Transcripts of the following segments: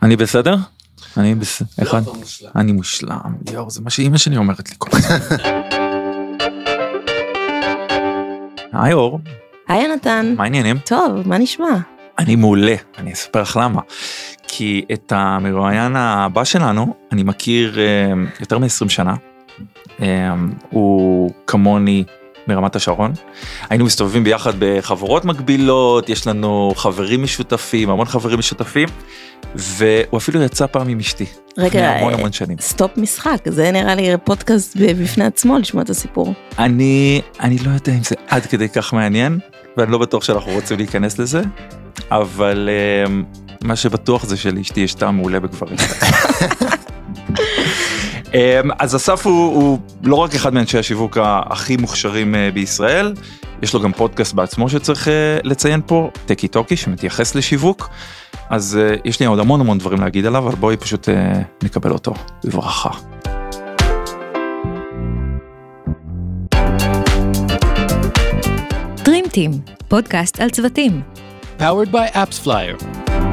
אני בסדר? אחד? אני מושלם. יאו, זה מה שאימא שלי אומרת לי כל הזמן. היי אור. היי יונתן. מה העניינים? טוב, מה נשמע? אני מעולה, אני אספר לך למה. כי את המרואיין הבא שלנו, אני מכיר יותר מ-20 שנה. הוא כמוני מרמת השרון. היינו מסתובבים ביחד בחברות מקבילות, יש לנו חברים משותפים, המון חברים משותפים, והוא אפילו יצא פעם עם אשתי. רגע, המון שנים. סטופ משחק, זה נראה לי פודקאסט בפני עצמו לשמוע את הסיפור. אני לא יודע אם זה עד כדי כך מעניין, ואני לא בטוח שאנחנו רוצים להיכנס לזה, אבל מה שבטוח זה שלאשתי יש טעם מעולה בגברים. אז אסף הוא לא רק אחד מאנשי השיווק הכי מוכשרים בישראל, יש לו גם פודקאסט בעצמו שצריך לציין פה, טקי טוקי, שמתייחס לשיווק, אז יש לי עוד המון דברים להגיד עליו, אבל בואי פשוט נקבל אותו בברכה. Dream Team, פודקאסט על צוותים. Powered by AppsFlyer.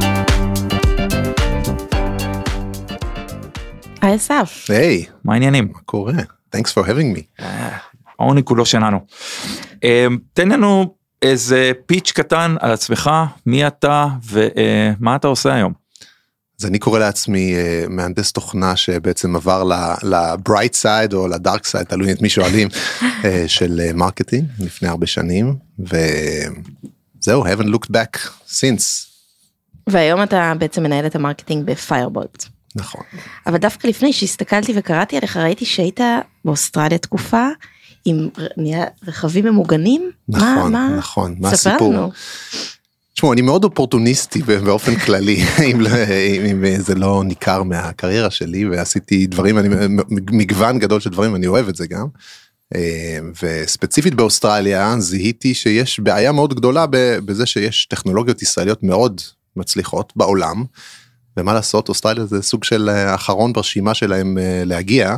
היי אסף. היי, מה העניינים? מה קורה? Thanks for having me. העוני כולו שלנו. תן לנו איזה פיץ' קטן על עצמך, מי אתה ומה אתה עושה היום. אז אני קורא לעצמי מהנדס תוכנה שבעצם עבר ל-bright side או ל-dark side, תלוי את מי שואלים, של מרקטינג לפני הרבה שנים, וזהו, haven't looked back since. והיום אתה בעצם מנהל את המרקטינג בפיירבולט. נכון. אבל דווקא לפני שהסתכלתי וקראתי עליך, ראיתי שהיית באוסטרליה תקופה, עם רכבים ממוגנים. נכון, מה? נכון. מה הסיפור? לנו. תשמעו, אני מאוד אופורטוניסטי באופן כללי, אם זה לא ניכר מהקריירה שלי, ועשיתי דברים, מגוון גדול של דברים, אני אוהב את זה גם. וספציפית באוסטרליה, זיהיתי שיש בעיה מאוד גדולה בזה שיש טכנולוגיות ישראליות מאוד מצליחות בעולם, ומה לעשות, אוסטרליה זה סוג של האחרון ברשימה שלהם להגיע,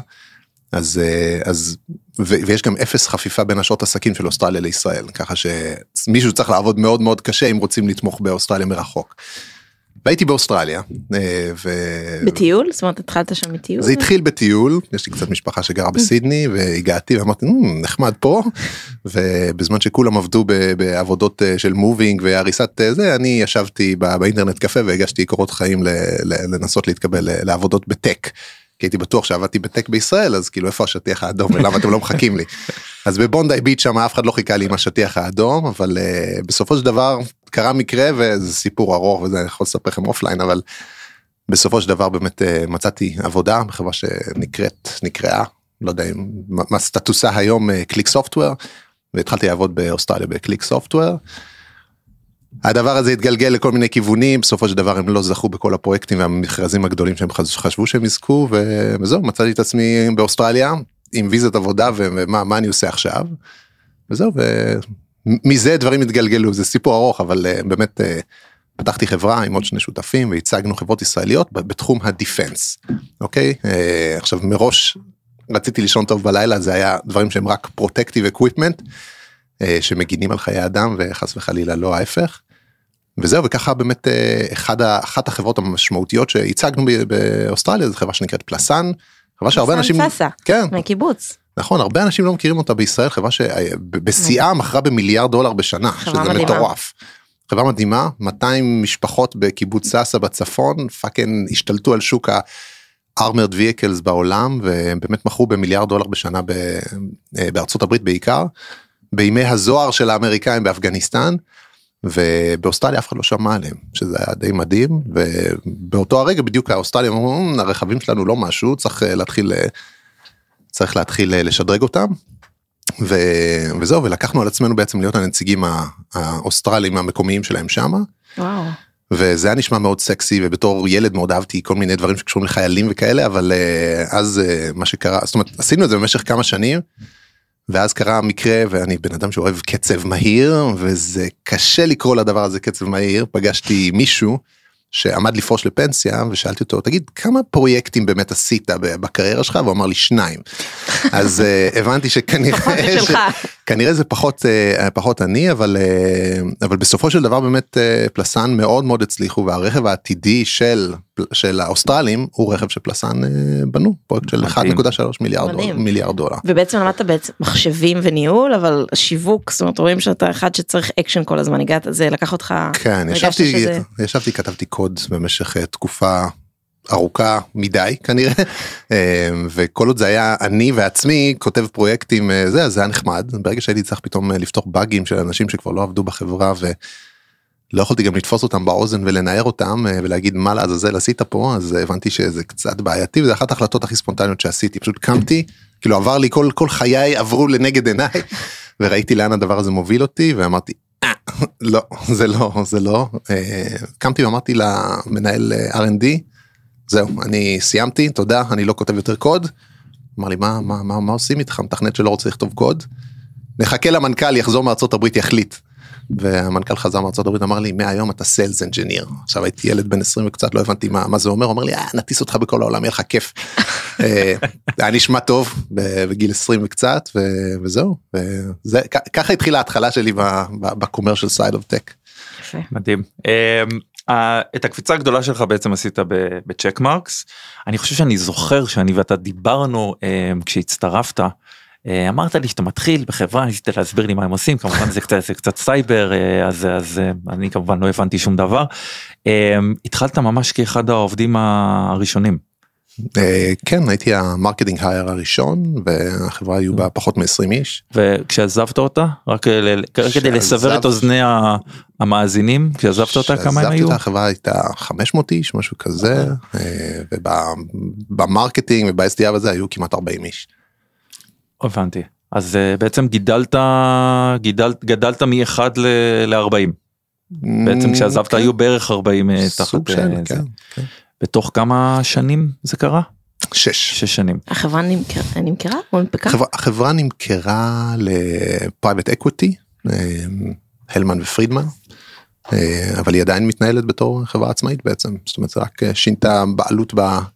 ויש גם אפס חפיפה בין השעות עסקים של אוסטרליה לישראל, ככה שמישהו צריך לעבוד מאוד מאוד קשה אם רוצים לתמוך באוסטרליה מרחוק. והייתי באוסטרליה. בטיול? זאת אומרת, התחלת שם מטיול? זה התחיל בטיול, יש לי קצת משפחה שגרה בסידני, והגעתי ואמרתי, נחמד פה, ובזמן שכולם עבדו בעבודות של מובינג והריסת זה, אני ישבתי באינטרנט קפה והגשתי קורות חיים לנסות להתקבל לעבודות בטק, כי הייתי בטוח שעבדתי בטק בישראל, אז כאילו איפה השטיח האדום, ולמה אתם לא מחכים לי? אז בבונדי ביץ' שם אף אחד לא חיכה לי עם השטיח האדום, אבל בסופו של דבר קרה מקרה, וזה סיפור ארוך, וזה אני יכול לספר לכם אופליין, אבל בסופו של דבר באמת מצאתי עבודה, בחברה שנקראה, לא יודע מה סטטוסה היום, קליק סופטוור, והתחלתי לעבוד באוסטרליה בקליק סופטוור. הדבר הזה התגלגל לכל מיני כיוונים, בסופו של דבר הם לא זכו בכל הפרויקטים והמכרזים הגדולים שהם חשבו שהם יזכו, וזהו, מצאתי את עצמי באוסטרליה, עם ויזת עבודה, ומה אני עושה עכשיו, וזהו, ומזה דברים התגלגלו, זה סיפור ארוך, אבל באמת פתחתי חברה עם עוד שני שותפים, והצגנו חברות ישראליות בתחום הדיפנס, אוקיי? עכשיו מראש רציתי לישון טוב בלילה, זה היה דברים שהם רק פרוטקטיב אקוויפמנט, שמגינים על חיי אדם, וחס וחלילה לא ההפך, וזהו, וככה באמת אחת החברות המשמעותיות שהצגנו באוסטרליה, זו חברה שנקראת פלסן, חברה שהרבה אנשים... פלסן פסה, כן. מהקיבוץ. נכון, הרבה אנשים לא מכירים אותה בישראל, חברה שבשיאה מכרה ב$1 מיליארד בשנה, שזה מטורף. חברה מדהימה, 200 משפחות בקיבוץ סאסה בצפון, פאקן השתלטו על שוק ה-armored vehicles בעולם, והם באמת מכרו ב$1 מיליארד בשנה בארצות הברית בעיקר, בימי הזוהר של האמריקאים באפגניסטן, ובאוסטרליה אף אחד לא שמע עליהם, שזה היה די מדהים, ובאותו הרגע בדיוק האוסטרלים אמרו, הרכבים שלנו לא משהו, צריך להתחיל לשדרג אותם, וזהו, ולקחנו על עצמנו בעצם להיות הנציגים האוסטרלים המקומיים שלהם שם, וואו. וזה היה נשמע מאוד סקסי, ובתור ילד מאוד אהבתי כל מיני דברים שקשורים לחיילים וכאלה, אבל אז מה שקרה, זאת אומרת, עשינו את זה במשך כמה שנים, ואז קרה מקרה, ואני בן אדם שאוהב קצב מהיר, וזה קשה לקרוא לדבר הזה קצב מהיר, פגשתי מישהו שעמד לפרוש לפנסיה, ושאלתי אותו, תגיד, כמה פרויקטים באמת עשית בקריירה שלך? והוא אמר לי 2. אז הבנתי שכנראה כנראה זה פחות אני, אבל בסופו של דבר באמת פלסן מאוד מאוד הצליחו, והרכב העתידי של האוסטרלים הוא רכב שפלסן בנו, פרויקט של 1.3 מיליארד דולר. ובעצם למדת בעצם מחשבים וניהול, אבל שיווק, זאת אומרת, רואים שאתה אחד שצריך אקשן כל הזמן, הגעת, זה לקח אותך... כן, ישבתי, כתבתי קוד במשך תקופה ארוכה מדי כנראה, וכל עוד זה היה אני ועצמי כותב פרויקטים, זה היה נחמד, ברגע שהייתי צריך פתאום לפתור באגים של אנשים שכבר לא עבדו בחברה, ולא יכולתי גם לתפוס אותם באוזן ולנער אותם, ולהגיד מה לעזאזל עשית פה, אז הבנתי שזה קצת בעייתי, וזה אחת ההחלטות הכי ספונטניות שעשיתי, פשוט קמתי, כאילו עבר לי כל חיי עברו לנגד עיניי, וראיתי לאן הדבר הזה מוביל אותי, ואמרתי, לא, זה לא, קמתי ואמרתי למנהל R&D, זהו, אני סיימתי, תודה, אני לא כותב יותר קוד. אמר לי, מה עושים איתך? מתכנת שלא רוצה לכתוב קוד? נחכה למנכ"ל, יחזור מארצות הברית, יחליט. והמנכ"ל חזר מארצות הברית, אמר לי, מהיום אתה סיילס אנג'יניר. עכשיו הייתי ילד בן 20 וקצת, לא הבנתי מה זה אומר, אמר לי, נטיס אותך בכל העולם, יהיה לך כיף. היה נשמע טוב, בגיל 20 וקצת, וזהו. ככה התחילה ההתחלה שלי בקומרשל סייד אוף טק. מדהים. את הקפיצה הגדולה שלך בעצם עשית בצ'ק מרקס, אני חושב שאני זוכר שאני ואתה דיברנו כשהצטרפת, אמרת לי שאתה מתחיל בחברה, ניסית להסביר לי מה הם עושים, כמובן זה קצת סייבר, אז אני כמובן לא הבנתי שום דבר, התחלת ממש כאחד העובדים הראשונים. כן, הייתי המרקטינג הייר הראשון, והחברה היו בה פחות מ-20 איש. וכשעזבת אותה, רק כדי לסבר את אוזני המאזינים, כשעזבת אותה כמה הם היו? כשעזבתי אותה, החברה הייתה 500 איש, משהו כזה, ובמרקטינג וב-SDR וזה היו כמעט 40 איש. הבנתי, אז בעצם גדלת מ-1 ל-40, בעצם כשעזבת היו בערך 40 תחת זה. בתוך כמה שנים זה קרה? 6 שנים. החברה נמכרה? החברה נמכרה לפרייבט אקוויטי, הלמן ופרידמן, אבל היא עדיין מתנהלת בתור חברה עצמאית בעצם, זאת אומרת זה רק שינתה בעלות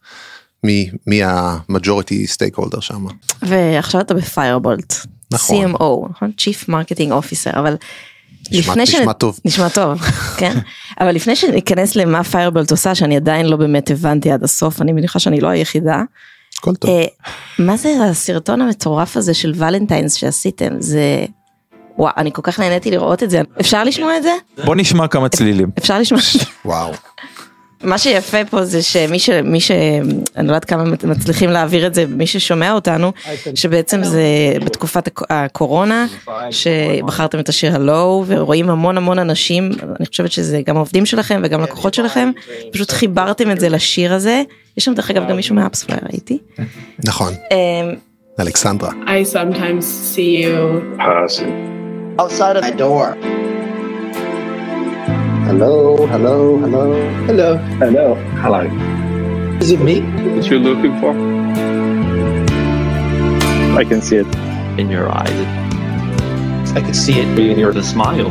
מה-majority stakeholder שם. ועכשיו אתה בפיירבולט, נכון. CMO, Chief Marketing Officer, אבל נשמע טוב. נשמע טוב, כן. אבל לפני שניכנס למה פיירבולט עושה, שאני עדיין לא באמת הבנתי עד הסוף, אני מניחה שאני לא היחידה. כל טוב. מה זה הסרטון המטורף הזה של ולנטיינס שעשיתם? זה... וואו, אני כל כך נהניתי לראות את זה. אפשר לשמוע את זה? בוא נשמע כמה צלילים. אפשר לשמוע. וואו. מה שיפה פה זה שמי אני לא יודעת כמה מצליחים להעביר את זה, מי ששומע אותנו, שבעצם זה בתקופת הקורונה, שבחרתם את השיר הלו, ורואים המון אנשים, אני חושבת שזה גם העובדים שלכם וגם לקוחות שלכם, פשוט חיברתם את זה לשיר הזה, יש שם דרך אגב גם מישהו מאפספלייר, ראיתי. נכון, אלכסנדרה. I sometimes see you outside of my door. Hello, hello, hello. Hello. Hello. Hello. Is it me that you're looking for? I can see it in your eyes. I can see it in your smile.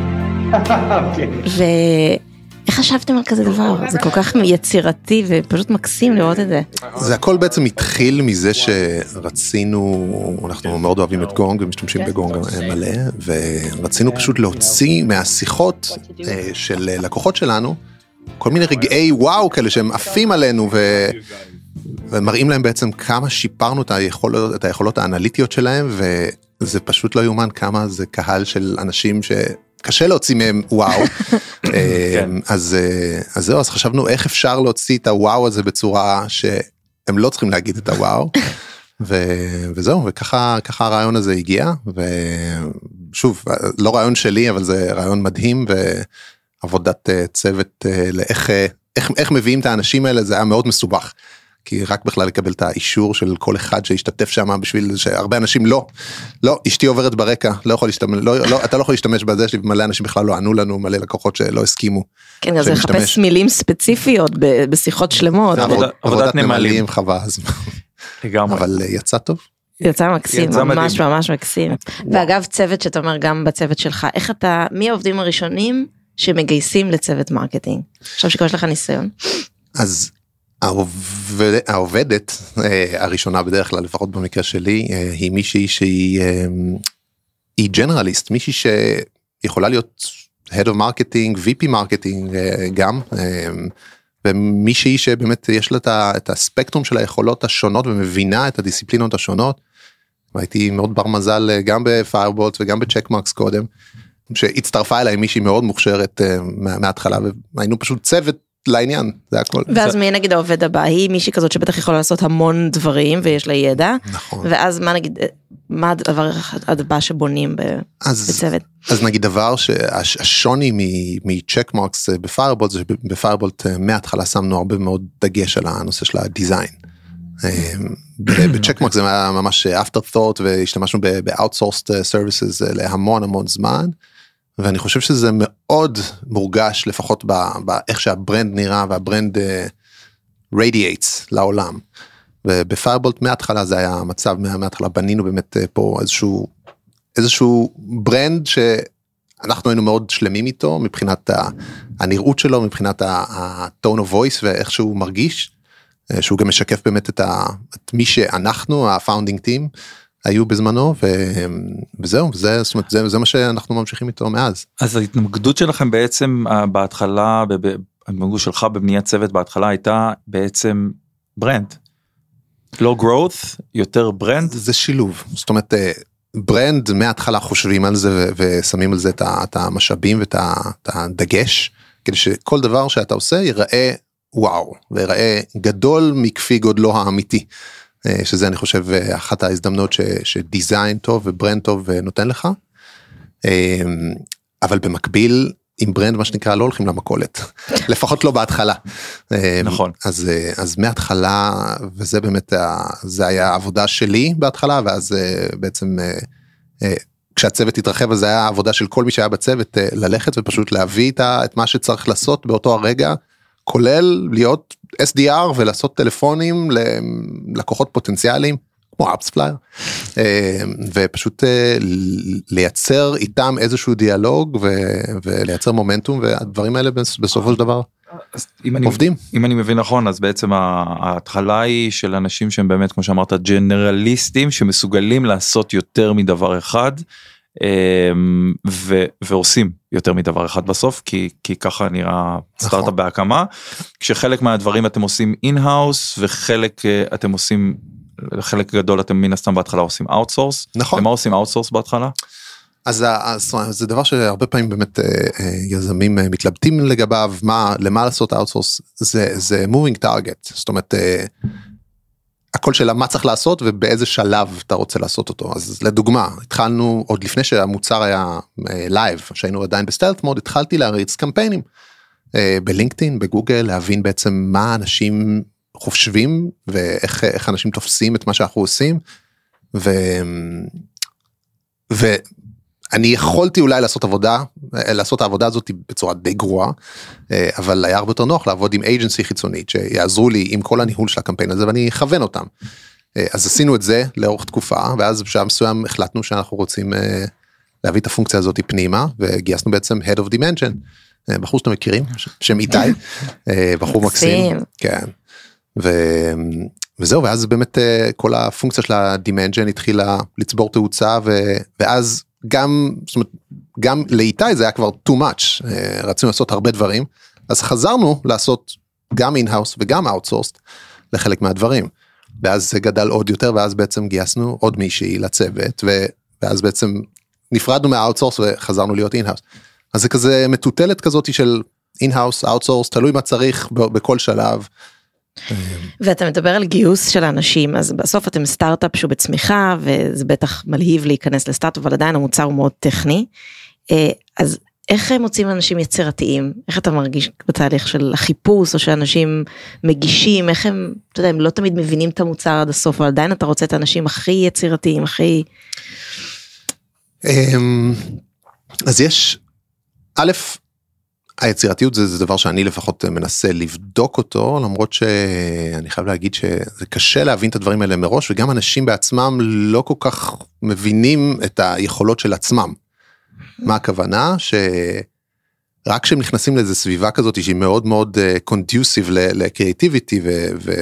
Okay. איך חשבתם על כזה דבר? זה כל כך יצירתי ופשוט מקסים לראות את זה. זה הכל בעצם התחיל מזה שרצינו, אנחנו מאוד אוהבים את גונג ומשתמשים בגונג מלא, ורצינו פשוט להוציא מהשיחות של לקוחות שלנו, כל מיני רגעי וואו כאלה שהם עפים עלינו, ומראים להם בעצם כמה שיפרנו את היכולות האנליטיות שלהם, וזה פשוט לא יומן כמה זה קהל של אנשים קשה להוציא מהם וואו, אז זהו, אז חשבנו איך אפשר להוציא את הוואו הזה בצורה שהם לא צריכים להגיד את הוואו, וזהו, וככה הרעיון הזה הגיע, ושוב, לא רעיון שלי, אבל זה רעיון מדהים, ועבודת צוות לאיך מביאים את האנשים האלה, זה היה מאוד מסובך, כי רק בכלל לקבל את האישור של כל אחד שהשתתף שם, בשביל שהרבה אנשים לא, אשתי עוברת ברקע, אתה לא יכול להשתמש בזה, מלא אנשים בכלל לא ענו לנו, מלא לקוחות שלא הסכימו. כן, אז לחפש מילים ספציפיות בשיחות שלמות. עבודת נמלים חווה, אבל יצא טוב. יצא מקסים, ממש ממש מקסים. ואגב, צוות שאתה אומר גם בצוות שלך, איך אתה, מי העובדים הראשונים שמגייסים לצוות מרקטינג? עכשיו שכבר יש לך ניסיון. אז העובדת הראשונה בדרך כלל, לפחות במקרה שלי, היא מישהי שהיא היא ג'נרליסט, מישהי שיכולה להיות Head of Marketing, VP Marketing גם, ומישהי שבאמת יש לה את הספקטרום של היכולות השונות, ומבינה את הדיסציפלינות השונות, והייתי מאוד בר מזל גם בפיירבולט וגם בצ'קמרקס קודם, שהצטרפה אליי מישהי מאוד מוכשרת מההתחלה, והיינו פשוט צוות לעניין, זה הכל. ואז מי נגיד העובד הבא, היא מישהי כזאת שבטח יכולה לעשות המון דברים, ויש לה ידע, נכון. ואז מה נגיד, מה הדבר הבא שבונים בצוות? אז נגיד דבר שהשוני מצ'קמרקס בפיירבולט, זה שבפיירבולט מההתחלה שמנו הרבה מאוד דגש על הנושא של הדיזיין. בצ'קמרקס זה היה ממש afterthought, והשתמשנו ב-outsourced services להמון זמן, ואני חושב שזה מאוד מורגש, לפחות באיך שהברנד נראה, והברנד radiates לעולם. ובפיירבולט מההתחלה זה היה המצב, מההתחלה בנינו באמת פה איזשהו ברנד שאנחנו היינו מאוד שלמים איתו, מבחינת הנראות שלו, מבחינת ה-tone of voice ואיך שהוא מרגיש, שהוא גם משקף באמת את מי שאנחנו, ה-founding team, היו בזמנו, וזהו, זאת אומרת, זה מה שאנחנו ממשיכים איתו מאז. אז ההתנגדות שלכם בעצם בהתחלה, ההתנגדות שלך בבניית צוות בהתחלה הייתה בעצם ברנד. לא growth, יותר ברנד? זה שילוב, זאת אומרת, ברנד מההתחלה חושבים על זה, ושמים על זה את המשאבים ואת הדגש, כדי שכל דבר שאתה עושה ייראה וואו, ויראה גדול מכפי גודלו האמיתי. שזה אני חושב אחת ההזדמנות שדיזיין טוב וברנד טוב נותן לך, אבל במקביל עם ברנד מה שנקרא לא הולכים למכולת, לפחות לא בהתחלה. נכון. אז מההתחלה, וזה באמת, זה היה העבודה שלי בהתחלה, ואז בעצם כשהצוות התרחב, אז זה היה העבודה של כל מי שהיה בצוות, ללכת ופשוט להביא את מה שצריך לעשות באותו הרגע, כולל להיות SDR ולעשות טלפונים ללקוחות פוטנציאליים, כמו אפספלייר, ופשוט לייצר איתם איזשהו דיאלוג, ולייצר מומנטום, והדברים האלה בסופו של דבר עובדים. אם אני מבין נכון, אז בעצם ההתחלה היא של אנשים שהם באמת, כמו שאמרת, ג'נרליסטים, שמסוגלים לעשות יותר מדבר אחד, ועושים יותר מדבר אחד בסוף, כי ככה נראה סטארט-אפ בהקמה, כשחלק מהדברים אתם עושים אין-האוס, וחלק אתם עושים, חלק גדול אתם מן הסתם בהתחלה עושים אאוטסורס. נכון. למה עושים אאוטסורס בהתחלה? אז זה דבר שהרבה פעמים באמת יזמים מתלבטים לגביו, למה לעשות אאוטסורס, זה moving target, זאת אומרת, הכל שאלה מה צריך לעשות ובאיזה שלב אתה רוצה לעשות אותו. אז לדוגמה, התחלנו עוד לפני שהמוצר היה לייב, שהיינו עדיין בסטלט מוד, התחלתי להריץ קמפיינים בלינקדאין, בגוגל, להבין בעצם מה אנשים חושבים ואיך אנשים תופסים את מה שאנחנו עושים. אני יכולתי אולי לעשות העבודה הזאת בצורה די גרועה, אבל היה הרבה יותר נוח לעבוד עם אייג'נסי חיצונית, שיעזרו לי עם כל הניהול של הקמפיין הזה, ואני אכוון אותם. אז עשינו את זה לאורך תקופה, ואז בשעה מסוים החלטנו שאנחנו רוצים להביא את הפונקציה הזאת פנימה, וגייסנו בעצם Head of Dimension, בחור שאתם מכירים, שם איתי, בחור מקסים. כן. וזהו, ואז באמת כל הפונקציה של הדימנג'ן התחילה לצבור תאוצה, ואז גם לאיתי זה היה כבר too much, רצינו לעשות הרבה דברים, אז חזרנו לעשות גם in-house וגם outsourced לחלק מהדברים, ואז זה גדל עוד יותר, ואז בעצם גייסנו עוד מישהי לצוות, ואז בעצם נפרדנו מה-outsource וחזרנו להיות in-house, אז זה כזה מטוטלת כזאת של in-house, outsource, תלוי מה צריך בכל שלב. ואתה מדבר על גיוס של האנשים, אז בסוף אתם סטארט-אפ שהוא בצמיחה, וזה בטח מלהיב להיכנס לסטארט-אפ, אבל עדיין המוצר הוא מאוד טכני, אז איך הם מוצאים אנשים יצירתיים? איך אתה מרגיש בתהליך של החיפוש, או שאנשים מגישים, איך הם, אתה יודע, הם לא תמיד מבינים את המוצר עד הסוף, אבל עדיין אתה רוצה את האנשים הכי יצירתיים, הכי... אז יש, א', היצירתיות זה דבר שאני לפחות מנסה לבדוק אותו, למרות שאני חייב להגיד שזה קשה להבין את הדברים האלה מראש, וגם אנשים בעצמם לא כל כך מבינים את היכולות של עצמם. מה הכוונה? שרק כשהם נכנסים לאיזו סביבה כזאת, שהיא מאוד מאוד conducive לקריאטיביטי,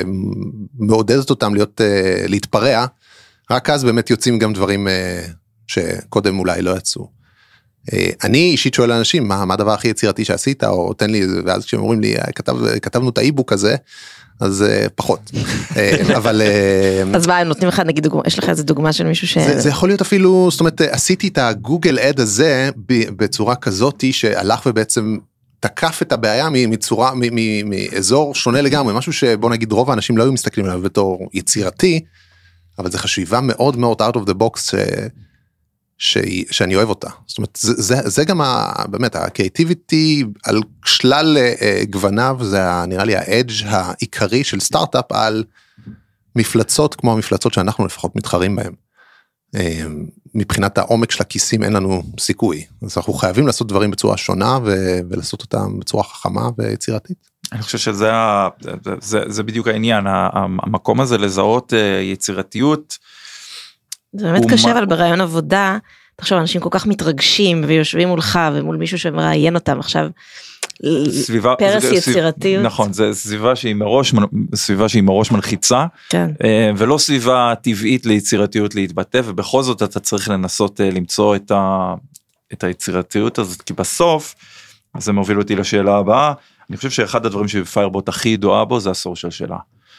ומעודדת אותם להתפרע, רק אז באמת יוצאים גם דברים שקודם אולי לא יצאו. אני אישית שואל לאנשים, מה הדבר הכי יצירתי שעשית, או תן לי, ואז כשהם אומרים לי, כתבנו את האי-בוק הזה, אז פחות. אבל... אז מה, הם נותנים לך, נגיד, יש לך איזה דוגמה של מישהו ש... זה יכול להיות אפילו, זאת אומרת, עשיתי את הגוגל אד הזה, בצורה כזאת, שהלך ובעצם תקף את הבעיה מצורה, מאזור שונה לגמרי, משהו שבוא נגיד רוב האנשים לא היו מסתכלים עליו בתור יצירתי, אבל זה חשיבה מאוד מאוד out of the box, שאני אוהב אותה. זאת אומרת, זה גם באמת, הקריאטיביטי על שלל גווניו, זה נראה לי האדג' העיקרי של סטארט-אפ על מפלצות, כמו המפלצות שאנחנו לפחות מתחרים בהן. מבחינת העומק של הכיסים אין לנו סיכוי. אז אנחנו חייבים לעשות דברים בצורה שונה, ולעשות אותם בצורה חכמה ויצירתית. אני חושב שזה בדיוק העניין, המקום הזה לזהות יצירתיות, זה באמת קשה, אבל ברעיון עבודה, תחשוב, אנשים כל כך מתרגשים, ויושבים מולך, ומול מישהו שמראיין אותם, עכשיו, פרס יצירתיות. נכון, זה סביבה שהיא מראש מלחיצה, ולא סביבה טבעית ליצירתיות להתבטא, ובכל זאת אתה צריך לנסות למצוא את היצירתיות הזאת, כי בסוף, זה מוביל אותי לשאלה הבאה, אני חושב שאחד הדברים שפיירבוט הכי ידועה בו, זה הסושיאל שלה.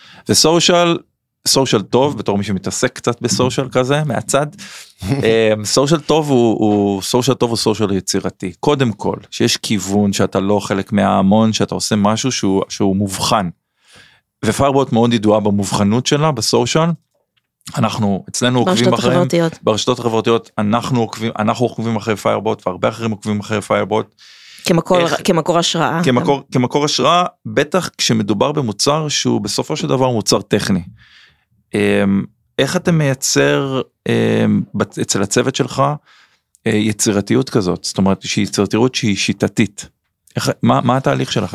סושיאל טוב, בתור מי שמתעסק קצת בסושיאל כזה, מהצד, סושיאל טוב הוא סושיאל יצירתי, קודם כל, שיש כיוון שאתה לא חלק מההמון, שאתה עושה משהו שהוא מובחן, ופיירבוט מאוד ידועה במובחנות שלה, בסושיאל, אנחנו אצלנו עוקבים אחריהם, ברשתות החברתיות, אנחנו עוקבים אחרי פיירבוט, והרבה אחרים עוקבים אחרי פיירבוט, כמקור השראה. כמקור השראה, בטח כשמדובר במוצר שהוא בסופו של דבר מוצר טכני. איך אתה מייצר אצל הצוות שלך יצירתיות כזאת? זאת אומרת, יצירתיות שהיא שיטתית. מה התהליך שלכם?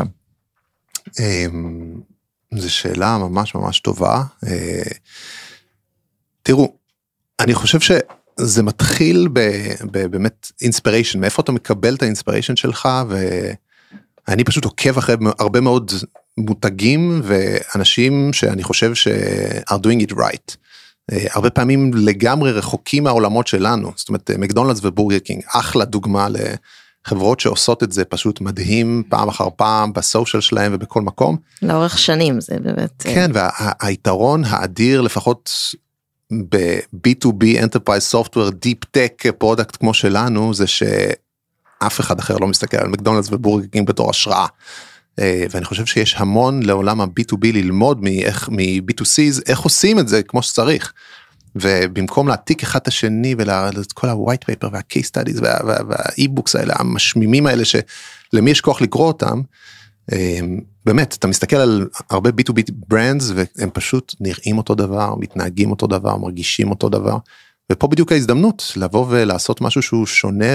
זו שאלה ממש ממש טובה. תראו, אני חושב שזה מתחיל באמת אינספיריישן, מאיפה אתה מקבל את האינספיריישן שלך, ואני פשוט עוקב אחרי הרבה מאוד מותגים ואנשים שאני חושב are doing it right. הרבה פעמים לגמרי רחוקים מהעולמות שלנו, זאת אומרת מקדונלדס ובורגר קינג, אחלה דוגמה לחברות שעושות את זה פשוט מדהים פעם אחר פעם בסושיאל שלהם ובכל מקום. לאורך שנים זה באמת. כן, והיתרון האדיר לפחות ב-B2B Enterprise Software Deep Tech פרודקט כמו שלנו, זה שאף אחד אחר לא מסתכל על מקדונלדס ובורגר קינג בתור השראה. ואני חושב שיש המון לעולם ה-B2B ללמוד מ-B2Cs, איך עושים את זה כמו שצריך. ובמקום להעתיק אחד את השני ולכל ה-white paper וה-case studies וה-e-books האלה, המשמימים האלה שלמי יש כוח לקרוא אותם, באמת, אתה מסתכל על הרבה B2B brands והם פשוט נראים אותו דבר, מתנהגים אותו דבר, מרגישים אותו דבר, ופה בדיוק ההזדמנות לבוא ולעשות משהו שהוא שונה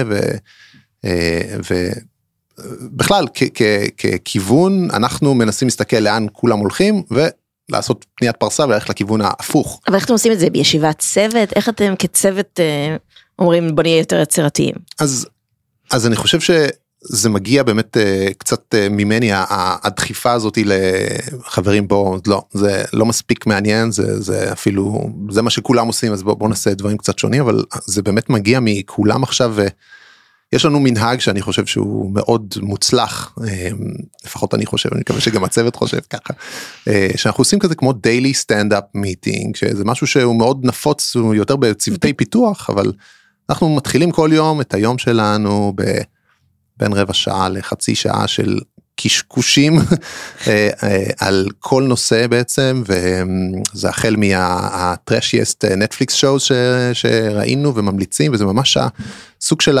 בכלל, ככיוון, אנחנו מנסים להסתכל לאן כולם הולכים, ולעשות פניית פרסה, וללכת לכיוון ההפוך. אבל איך אתם עושים את זה? בישיבת צוות? איך אתם כצוות אומרים, בוא נהיה יותר יצירתיים? אז אני חושב שזה מגיע באמת קצת ממני, הדחיפה הזאת לחברים בו, לא, זה לא מספיק מעניין, זה אפילו, זה מה שכולם עושים, אז בואו נעשה דברים קצת שונים, אבל זה באמת מגיע מכולם עכשיו, יש לנו מנהג שאני חושב שהוא מאוד מוצלח, לפחות אני חושב, אני מקווה שגם הצוות חושב ככה, שאנחנו עושים כזה כמו daily stand-up meeting, שזה משהו שהוא מאוד נפוץ, הוא יותר בצוותי פיתוח, אבל אנחנו מתחילים כל יום את היום שלנו בין רבע שעה לחצי שעה של קשקושים על כל נושא בעצם, וזה החל מה-trashiest Netflix shows שראינו וממליצים, וזה ממש הסוג של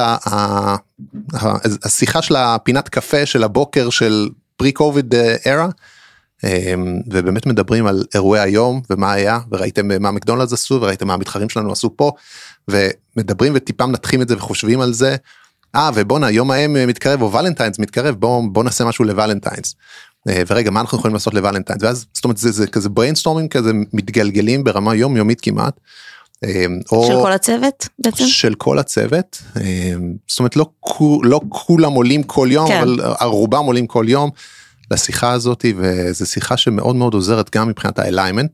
השיחה של הפינת קפה של הבוקר של pre-COVID era, ובאמת מדברים על אירועי היום ומה היה, וראיתם מה מקדונלדס עשו, וראיתם מה המתחרים שלנו עשו פה, ומדברים וטיפם נתחים את זה וחושבים על זה, ובואנה, יום ההם מתקרב, או ולנטיינס מתקרב, בוא נעשה משהו לוולנטיינס. ורגע, מה אנחנו יכולים לעשות לוולנטיינס? ואז, זאת אומרת, זה כזה בריינסטורמינג, כזה מתגלגלים ברמה יומיומית כמעט. של כל הצוות בעצם? של כל הצוות. זאת אומרת, לא כולם עולים כל יום, אבל הרובם עולים כל יום לשיחה הזאת, וזו שיחה שמאוד מאוד עוזרת גם מבחינת האליימנט,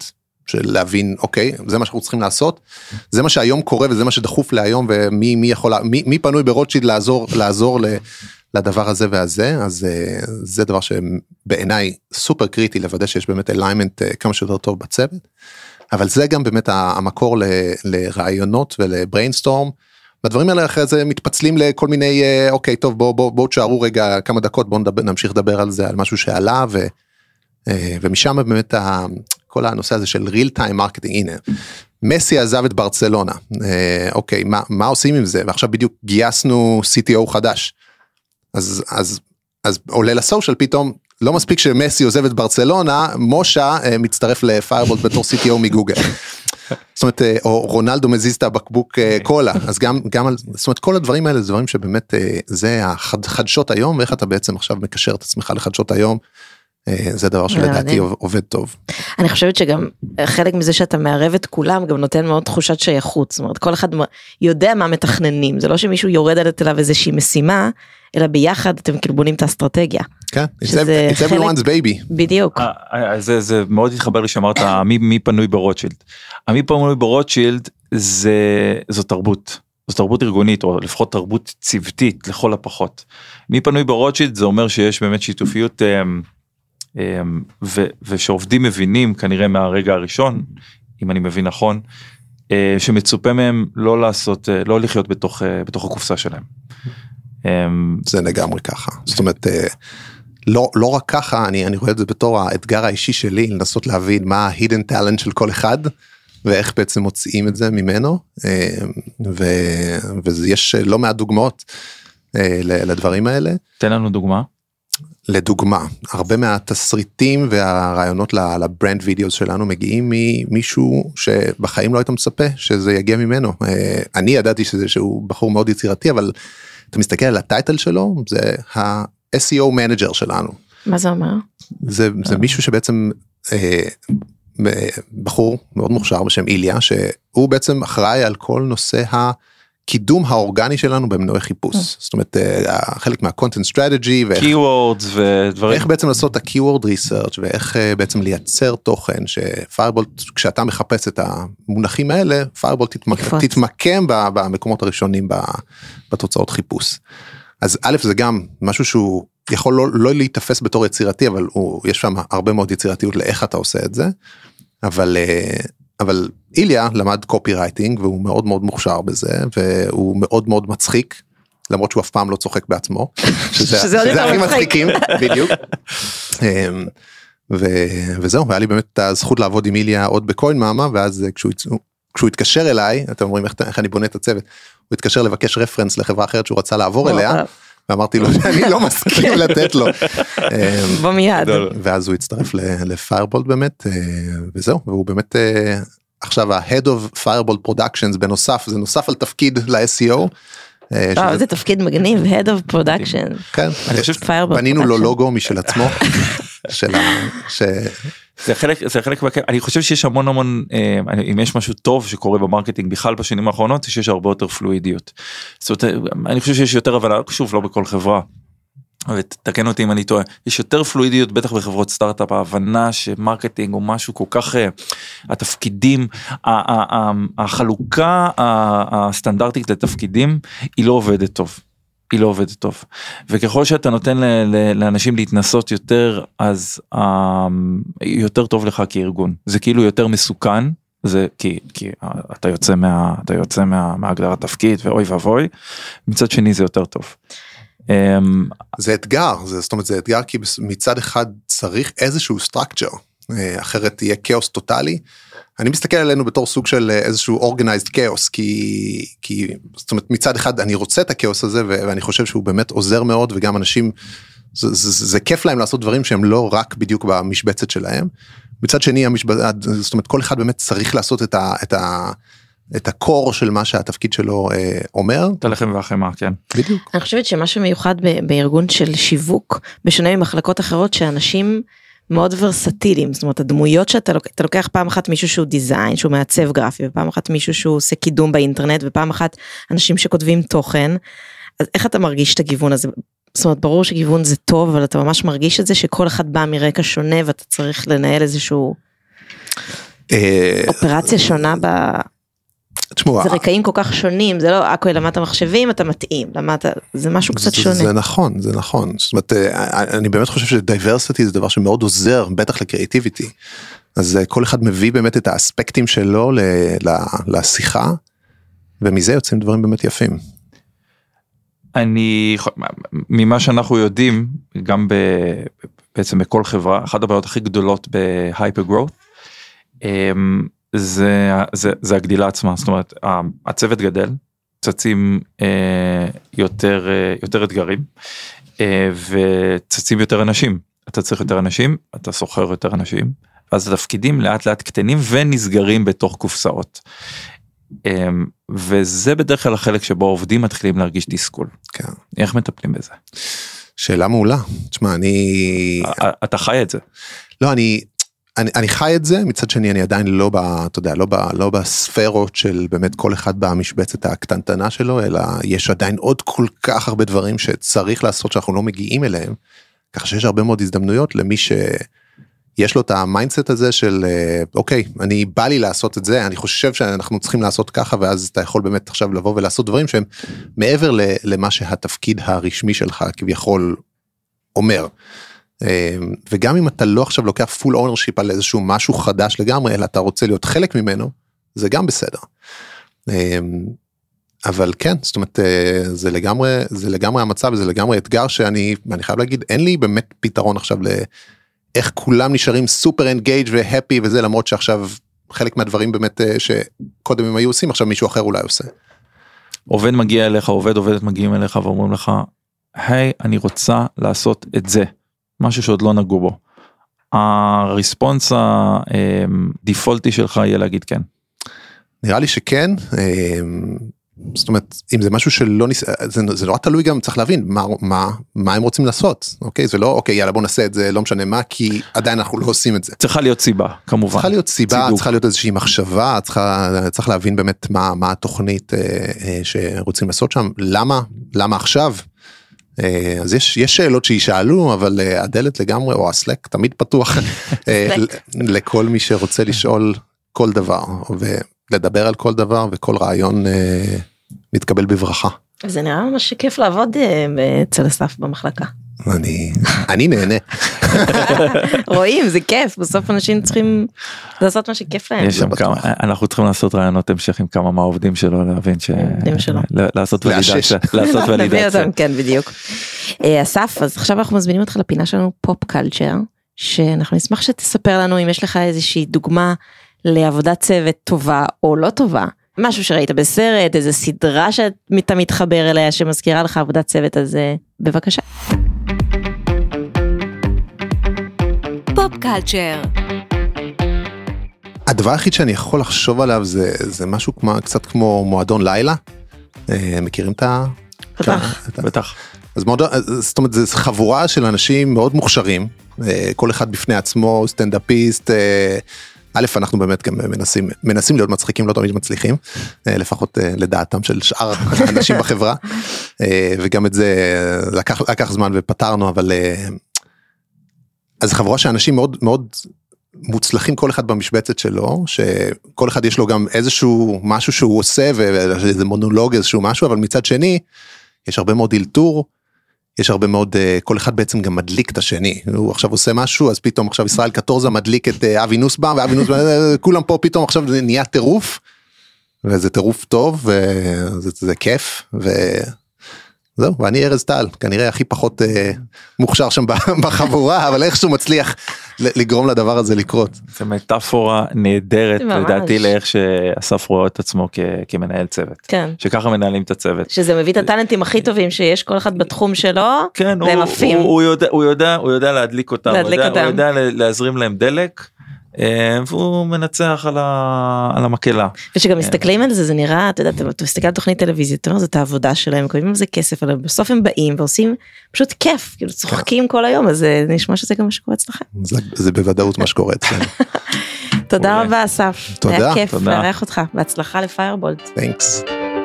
של להבין, אוקיי, זה מה שאנחנו צריכים לעשות, זה מה שהיום קורה וזה מה שדחוף להיום, מי פנוי ברוטשילד לעזור לדבר הזה והזה, אז זה דבר שבעיניי סופר קריטי לוודא שיש באמת אליימנט כמה שיותר טוב בצוות, אבל זה גם באמת המקור לרעיונות ולבריינסטורם, והדברים האלה אחרי זה מתפצלים לכל מיני, אוקיי, טוב, בואו תשארו רגע כמה דקות, בואו נמשיך לדבר על זה, על משהו שעלה, ומשם באמת כל הנושא הזה של real time marketing, הנה, מסי עזב את ברצלונה, אוקיי, מה עושים עם זה? ועכשיו בדיוק גייסנו CTO חדש, אז עולה לסושיאל פתאום, לא מספיק שמסי עוזב את ברצלונה, מושה מצטרף לפיירבולט בתור CTO מגוגל. זאת אומרת, או רונלדו מזיז את הבקבוק קולה, אז גם, זאת אומרת, כל הדברים האלה, זה דברים שבאמת, זה החדשות היום, ואיך אתה בעצם עכשיו מקשר את עצמך לחדשות היום, זה דבר שלדעתי עובד טוב. אני חושבת שגם חלק מזה שאתה מערב את כולם, גם נותן מאוד תחושת שייכות, זאת אומרת, כל אחד יודע מה מתכננים, זה לא שמישהו יורד עליו איזושהי משימה, אלא ביחד אתם כאילו בונים את האסטרטגיה. כן, it's everyone's baby. בדיוק. זה מאוד התחבר לי שאמרת, מי פנוי ברוטשילד. מי פנוי ברוטשילד זו תרבות. זו תרבות ארגונית, או לפחות תרבות צוותית, לכל הפחות. מי פנוי ברוטשילד, זה אומר שיש באמת שיתופיות, ושעובדים מבינים, כנראה מהרגע הראשון, אם אני מבין נכון, שמצופה מהם לא לחיות בתוך הקופסה שלהם. זה לגמרי ככה, זאת אומרת, לא רק ככה, אני רואה את זה בתור האתגר האישי שלי, לנסות להבין מה ה-hidden talent של כל אחד, ואיך בעצם מוציאים את זה ממנו, ויש לא מעט דוגמאות לדברים שבאים תן לנו דוגמה. לדוגמה, הרבה מהתסריטים והרעיונות לברנד וידאו שלנו מגיעים ממישהו שבחיים לא היית מצפה שזה יגיע ממנו. אני ידעתי שהוא בחור מאוד יצירתי, אבל אתה מסתכל על הטייטל שלו, זה ה-SEO מנג'ר שלנו. מה זה אומר? זה מישהו שבעצם בחור מאוד מוכשר בשם איליה, שהוא בעצם אחראי על כל נושא הקידום האורגני שלנו במנועי חיפוש. זאת אומרת, חלק מה-content strategy, keywords ודברים. איך בעצם לעשות את ה-keyword research, ואיך בעצם לייצר תוכן, שפיירבולט, כשאתה מחפש את המונחים האלה, פיירבולט תתמקם במקומות הראשונים בתוצאות חיפוש. אז א', זה גם משהו שהוא יכול לא להתאפס בתור יצירתי, אבל יש שם הרבה מאוד יצירתיות לאיך אתה עושה את זה, אבל איליה למד קופי רייטינג, והוא מאוד מאוד מוכשר בזה, והוא מאוד מאוד מצחיק, למרות שהוא אף פעם לא צוחק בעצמו, שזה הכי מצחיקים, בדיוק. וזהו, והיה לי באמת את הזכות לעבוד עם איליה עוד בקוין מאמה, ואז כשהוא התקשר אליי, אתם אומרים איך אני בונה את הצוות, הוא התקשר לבקש רפרנס לחברה אחרת שהוא רצה לעבור אליה, ואמרתי לו שאני לא מסכים לתת לו. במיד. ואז הוא הצטרף לפיירבולט באמת, וזהו, והוא באמת עכשיו ה-Head of Firebolt Productions בנוסף, זה נוסף על תפקיד ל-SEO. זה תפקיד מגניב, Head of Production. כן, בנינו לו לוגו משל עצמו. זה חלק, אני חושב שיש המון, אם יש משהו טוב שקורה במרקטינג בכלל בשנים האחרונות, שיש הרבה יותר פלואידיות. זאת אומרת, אני חושב שיש יותר הבנה, שוב, לא בכל חברה, ותקן אותי אם אני טועה, יש יותר פלואידיות, בטח בחברות סטארט-אפ, ההבנה שמרקטינג הוא משהו כל כך, התפקידים, החלוקה הסטנדרטית לתפקידים, היא לא עובדת טוב. היא לא עובדת טוב, וככל שאתה נותן לאנשים להתנסות יותר, אז יותר טוב לך כארגון, זה כאילו יותר מסוכן, זה כי אתה יוצא מהגדרת תפקיד, ואוי ואבוי, מצד שני זה יותר טוב. זה אתגר, זאת אומרת זה אתגר כי מצד אחד צריך איזשהו structure, אחרת תהיה כאוס טוטלי, אני מסתכל עלינו בתור סוג של איזשהו organized chaos, כי זאת אומרת מצד אחד אני רוצה את הכאוס הזה, ואני חושב שהוא באמת עוזר מאוד, וגם אנשים, זה כיף להם לעשות דברים שהם לא רק בדיוק במשבצת שלהם, מצד שני, זאת אומרת כל אחד באמת צריך לעשות את הקור של מה שהתפקיד שלו אומר. את הלחם והחמאה, כן. בדיוק. אני חושבת שמה שמיוחד בארגון של שיווק, בשונה ממחלקות אחרות שאנשים מאוד ורסטיליים, זאת אומרת הדמויות שאתה לוקח פעם אחת מישהו שהוא דיזיין, שהוא מעצב גרפי, ופעם אחת מישהו שהוא עושה קידום באינטרנט, ופעם אחת אנשים שכותבים תוכן, אז איך אתה מרגיש את הגיוון הזה? זאת אומרת ברור שגיוון זה טוב, אבל אתה ממש מרגיש את זה שכל אחד בא מרקע שונה, ואתה צריך לנהל איזשהו... אופרציה שונה זה רקעים כל כך שונים, זה לא, אוקיי, למדת מחשבים, אתה מתאים, זה משהו קצת שונה. זה נכון. זאת אומרת, אני באמת חושב שדייברסיטי זה דבר שמאוד עוזר, בטח לקריאטיביטי. אז כל אחד מביא באמת את האספקטים שלו לשיחה, ומזה יוצאים דברים באמת יפים. ממה שאנחנו יודעים, גם בעצם בכל חברה, אחת הבעיות הכי גדולות בהייפר גרוט, זה הגדילה עצמה, זאת אומרת, הצוות גדל, צצים יותר אתגרים, וצצים יותר אנשים, אתה צריך יותר אנשים, אתה סוחר יותר אנשים, אז התפקידים לאט לאט קטנים ונסגרים בתוך קופסאות, וזה בדרך כלל החלק שבו עובדים מתחילים להרגיש תסכול. כן. איך מטפלים בזה? שאלה מעולה, תשמע, אתה חי את זה. לא, אני חי את זה, מצד שני אני עדיין לא אתה יודע, לא בספרות של באמת כל אחד במשבצת הקטנטנה שלו, אלא יש עדיין עוד כל כך הרבה דברים שצריך לעשות שאנחנו לא מגיעים אליהם, ככה שיש הרבה מאוד הזדמנויות למי שיש לו את המיינדסט הזה של, אוקיי, אני בא לי לעשות את זה, אני חושב שאנחנו צריכים לעשות ככה, ואז אתה יכול באמת עכשיו לבוא ולעשות דברים שהם מעבר למה שהתפקיד הרשמי שלך כביכול אומר. וגם אם אתה לא עכשיו לוקח פול אונרשיפ על איזשהו משהו חדש לגמרי, אלא אתה רוצה להיות חלק ממנו, זה גם בסדר. אבל כן, זאת אומרת, זה לגמרי המצב, זה לגמרי אתגר שאני חייב להגיד, אין לי באמת פתרון עכשיו לאיך כולם נשארים סופר אנגייג' והפי וזה, למרות שעכשיו חלק מהדברים באמת שקודם הם היו עושים, עכשיו מישהו אחר אולי עושה. עובד מגיע אליך, עובדת מגיעים אליך ואומרים לך, היי, אני רוצה לעשות את זה. משהו שעוד לא נגעו בו. הרספונס הדיפולטי שלך יהיה להגיד כן. נראה לי שכן, זאת אומרת, אם זה משהו שלא, זה נורא תלוי גם, צריך להבין מה הם רוצים לעשות, אוקיי? זה לא, אוקיי, יאללה בוא נעשה את זה, לא משנה מה, כי עדיין אנחנו לא עושים את זה. צריכה להיות סיבה, כמובן. צריכה להיות סיבה, צריכה להיות איזושהי מחשבה, צריך להבין באמת מה התוכנית שרוצים לעשות שם, למה עכשיו? אז יש שאלות שישאלו, אבל הדלת לגמרי, או הסלק, תמיד פתוח לכל מי שרוצה לשאול כל דבר, ולדבר על כל דבר, וכל רעיון מתקבל בברכה. זה נראה ממש כיף לעבוד אצל אסף במחלקה. אני נהנה. רואים, זה כיף, בסוף אנשים צריכים לעשות מה שכיף להם. יש שם כמה, אנחנו צריכים לעשות רעיונות המשך עם כמה מהעובדים שלו, להבין ש... לעשות ולידציה. כן, בדיוק. אסף, אז עכשיו אנחנו מזמינים אותך לפינה שלנו פופ קלצ'ר, שאנחנו נשמח שתספר לנו אם יש לך איזושהי דוגמה לעבודת צוות טובה או לא טובה, משהו שראית בסרט, איזו סדרה שאתה מתחבר אליה, שמזכירה לך עבודת צוות, אז בבקשה. פופ קלצ'ר. הדבר היחיד שאני יכול לחשוב עליו, זה משהו קצת כמו מועדון לילה, מכירים את ה... בטח. אז זאת אומרת, זו חבורה של אנשים מאוד מוכשרים, כל אחד בפני עצמו, סטנדאפיסט, א', אנחנו באמת גם מנסים להיות מצחיקים, לא תמיד מצליחים, לפחות לדעתם של שאר האנשים בחברה, וגם את זה לקח זמן ופתרנו, אבל אז חבורה שאנשים מאוד מאוד מוצלחים, כל אחד במשבצת שלו, שכל אחד יש לו גם איזשהו משהו שהוא עושה, ואיזה מונולוג איזשהו משהו, אבל מצד שני, יש הרבה מאוד אלתור, יש הרבה מאוד, כל אחד בעצם גם מדליק את השני, הוא עכשיו עושה משהו, אז פתאום עכשיו ישראל קטורזה מדליק את אבי נוסבאום, ואבי נוסבאום, כולם פה פתאום עכשיו נהיה טירוף, וזה טירוף טוב, וזה כיף, וזהו, ואני ארז טל, כנראה הכי פחות מוכשר שם בחבורה, אבל איכשהו מצליח לגרום לדבר הזה לקרות. זו מטאפורה נהדרת, לדעתי לאיך שאסף רואה את עצמו כמנהל צוות. כן. שככה מנהלים את הצוות. שזה מביא את הטלנטים הכי טובים שיש, כל אחד בתחום שלו, כן, והם עפים. הוא יודע להדליק אותם, הוא יודע להזרים להם דלק, והוא מנצח על המקלה. ושגם מסתכלים על זה, זה נראה, אתה יודע, אתה מסתכל על תוכנית טלוויזיה, אתה אומר, זאת העבודה שלהם, קוראים על זה כסף, אבל בסוף הם באים ועושים פשוט כיף, כאילו צוחקים כל היום, אז נשמע שזה גם מה שקורה אצלכם. זה בוודאות מה שקורה אצלנו. תודה רבה אסף. תודה. היה כיף לארח אותך, בהצלחה לפיירבולט. Thanks.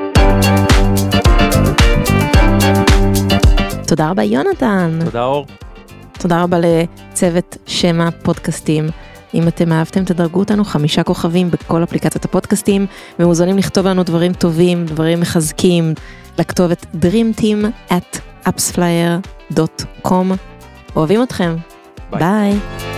תודה רבה יונתן. תודה אור. תודה רבה לצוות שמע פודקאסטים, אם אתם אהבתם, תדרגו אותנו 5 כוכבים בכל אפליקציות הפודקאסטים, ומוזמנים לכתוב לנו דברים טובים, דברים מחזקים, לכתובת dreamteam@appsflyer.com. אוהבים אתכם. ביי.